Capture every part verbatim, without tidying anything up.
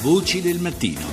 Voci del mattino.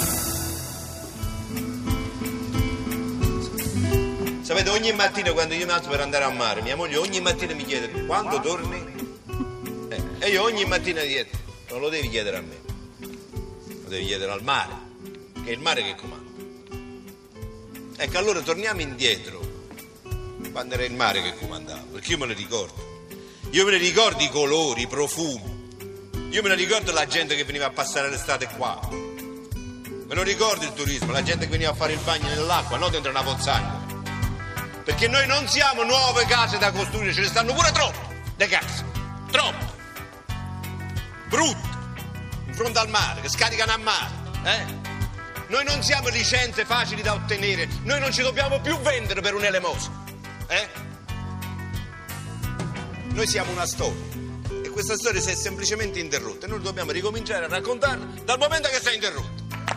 Sapete, ogni mattina quando io mi alzo per andare al mare, mia moglie ogni mattina mi chiede: quando torni? Eh, e io ogni mattina gli chiedo: non lo devi chiedere a me, lo devi chiedere al mare, che è il mare che comanda. Ecco, allora torniamo indietro, quando era il mare che comandava, perché io me ne ricordo. Io me ne ricordo i colori, i profumi. Io me ne ricordo la gente che veniva a passare l'estate qua. Me lo ricordo il turismo, la gente che veniva a fare il bagno nell'acqua, non dentro una pozzanghera. Perché noi non siamo nuove case da costruire, ce ne stanno pure troppe, le case. Troppe. Brutte. In fronte al mare, che scaricano a mare. Eh? Noi non siamo licenze facili da ottenere. Noi non ci dobbiamo più vendere per un'elemosina. Eh? Noi siamo una storia. E questa storia si è semplicemente interrotta. E noi dobbiamo ricominciare a raccontarla dal momento che si è interrotta.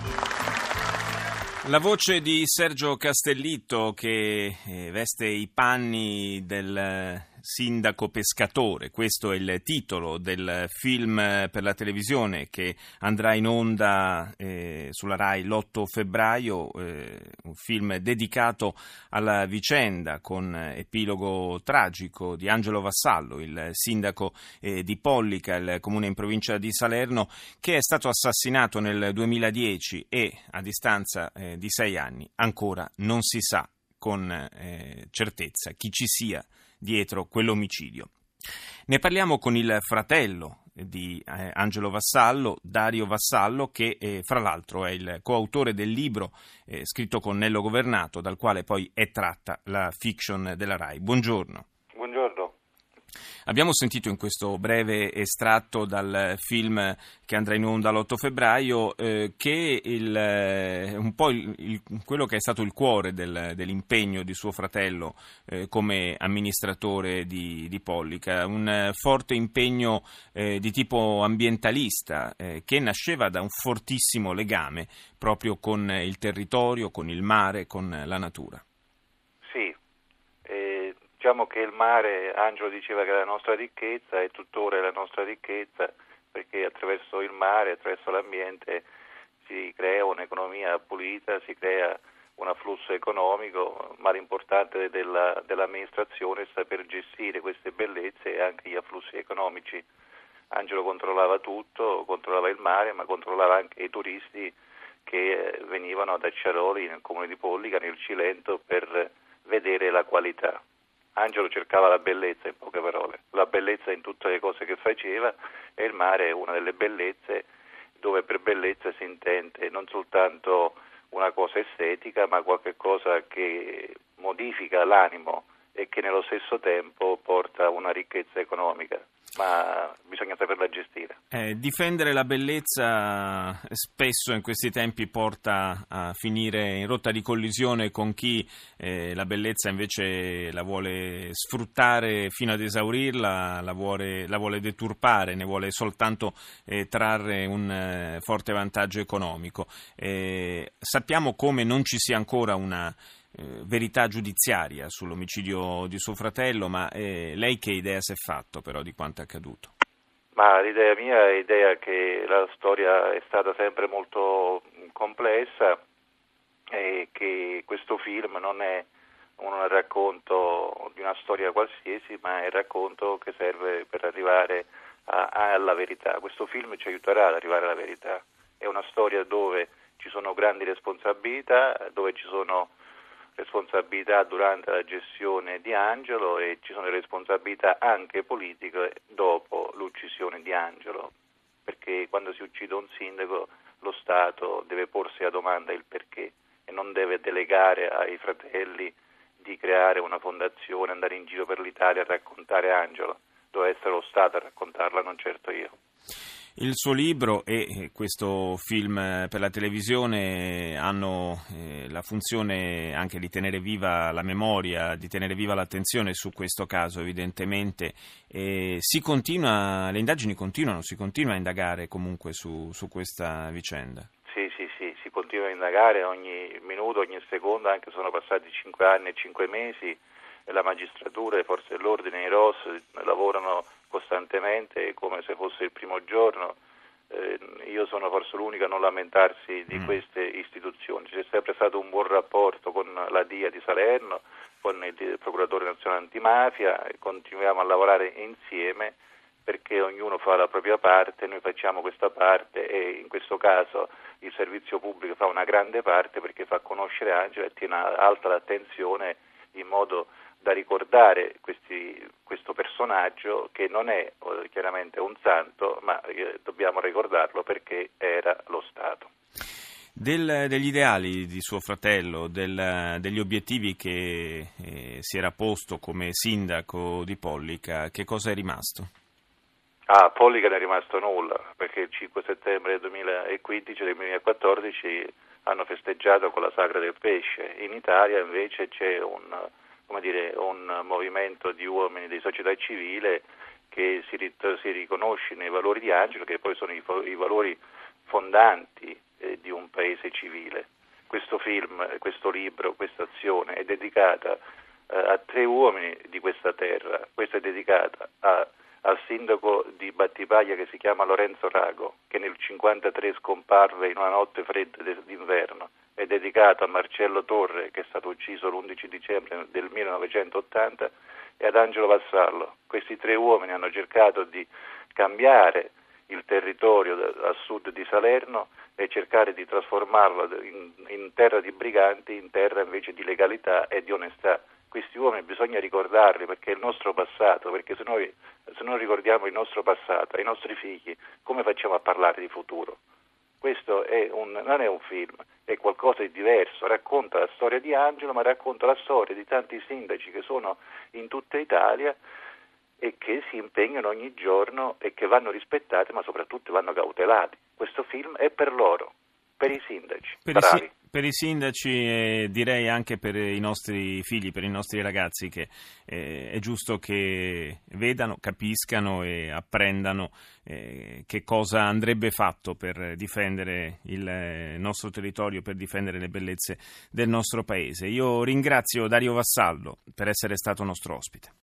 La voce di Sergio Castellitto che eh, veste i panni del sindaco pescatore. Questo è il titolo del film per la televisione che andrà in onda eh, sulla Rai l'otto febbraio, eh, un film dedicato alla vicenda con epilogo tragico di Angelo Vassallo, il sindaco eh, di Pollica, il comune in provincia di Salerno, che è stato assassinato nel duemiladieci e a distanza eh, di sei anni ancora non si sa con eh, certezza chi ci sia dietro quell'omicidio. Ne parliamo con il fratello di eh, Angelo Vassallo, Dario Vassallo, che eh, fra l'altro è il coautore del libro eh, scritto con Nello Governato, dal quale poi è tratta la fiction della Rai. Buongiorno. Buongiorno. Abbiamo sentito in questo breve estratto dal film che andrà in onda l'otto febbraio eh, che il, eh, un po' il, il, quello che è stato il cuore del, dell'impegno di suo fratello eh, come amministratore di, di Pollica, un eh, forte impegno eh, di tipo ambientalista eh, che nasceva da un fortissimo legame proprio con il territorio, con il mare, con la natura. Diciamo che il mare, Angelo diceva che è la nostra ricchezza e tuttora è la nostra ricchezza, perché attraverso il mare, attraverso l'ambiente si crea un'economia pulita, si crea un afflusso economico, ma l'importante della, dell'amministrazione è saper gestire queste bellezze e anche gli afflussi economici. Angelo controllava tutto, controllava il mare, ma controllava anche i turisti che venivano da Acciaroli nel comune di Pollica, nel Cilento, per vedere la qualità. Angelo cercava la bellezza, in poche parole, la bellezza in tutte le cose che faceva, e il mare è una delle bellezze dove per bellezza si intende non soltanto una cosa estetica, ma qualche cosa che modifica l'animo e che nello stesso tempo porta una ricchezza economica, ma bisogna saperla gestire. Eh, difendere la bellezza spesso in questi tempi porta a finire in rotta di collisione con chi eh, la bellezza invece la vuole sfruttare fino ad esaurirla, la vuole, la vuole deturpare, ne vuole soltanto eh, trarre un eh, forte vantaggio economico. Eh, sappiamo come non ci sia ancora una Eh, verità giudiziaria sull'omicidio di suo fratello, ma eh, lei che idea si è fatto però di quanto è accaduto? Ma l'idea mia è l'idea che la storia è stata sempre molto complessa e che questo film non è un racconto di una storia qualsiasi, ma è il racconto che serve per arrivare a, alla verità. Questo film ci aiuterà ad arrivare alla verità. È una storia dove ci sono grandi responsabilità, dove ci sono responsabilità durante la gestione di Angelo e ci sono responsabilità anche politiche dopo l'uccisione di Angelo, perché quando si uccide un sindaco lo Stato deve porsi la domanda il perché e non deve delegare ai fratelli di creare una fondazione, andare in giro per l'Italia a raccontare Angelo. Deve essere lo Stato a raccontarla, non certo io. Il suo libro e questo film per la televisione hanno eh, la funzione anche di tenere viva la memoria, di tenere viva l'attenzione su questo caso, evidentemente. E si continua, le indagini continuano, si continua a indagare comunque su, su questa vicenda. Sì, sì, sì, si continua a indagare ogni minuto, ogni secondo, anche sono passati cinque anni e cinque mesi. La magistratura, le forze dell'ordine, i R O S lavorano costantemente come se fosse il primo giorno, eh, io sono forse l'unico a non lamentarsi di mm. queste istituzioni. C'è sempre stato un buon rapporto con la D I A di Salerno, con il Procuratore Nazionale Antimafia, e continuiamo a lavorare insieme perché ognuno fa la propria parte, noi facciamo questa parte e in questo caso il servizio pubblico fa una grande parte perché fa conoscere Angela e tiene alta l'attenzione in modo da ricordare questi, questo personaggio che non è chiaramente un santo, ma eh, dobbiamo ricordarlo perché era lo Stato. Del, degli ideali di suo fratello, del, degli obiettivi che eh, si era posto come sindaco di Pollica, che cosa è rimasto? Ah, Pollica non è rimasto nulla, perché il cinque settembre duemilaquindici e duemilaquattordici hanno festeggiato con la Sagra del Pesce. In Italia invece c'è un, come dire, un movimento di uomini di società civile che si, si riconosce nei valori di Angelo, che poi sono i, i valori fondanti eh, di un paese civile. Questo film, questo libro, questa azione è dedicata eh, a tre uomini di questa terra. Questa è dedicata a al sindaco di Battipaglia che si chiama Lorenzo Rago, che nel cinquantatré scomparve in una notte fredda d'inverno. È dedicato a Marcello Torre, che è stato ucciso l'undici dicembre del millenovecentottanta, e ad Angelo Vassallo. Questi tre uomini hanno cercato di cambiare il territorio a sud di Salerno e cercare di trasformarlo in, in terra di briganti, in terra invece di legalità e di onestà. Questi uomini bisogna ricordarli perché è il nostro passato, perché se noi se non ricordiamo il nostro passato, ai nostri figli, come facciamo a parlare di futuro? Questo è un, non è un film, è qualcosa di diverso, racconta la storia di Angelo, ma racconta la storia di tanti sindaci che sono in tutta Italia e che si impegnano ogni giorno e che vanno rispettati, ma soprattutto vanno cautelati. Questo film è per loro, per i sindaci, per bravi. I si- per i sindaci e direi anche per i nostri figli, per i nostri ragazzi, che eh, è giusto che vedano, capiscano e apprendano eh, che cosa andrebbe fatto per difendere il nostro territorio, per difendere le bellezze del nostro paese. Io ringrazio Dario Vassallo per essere stato nostro ospite.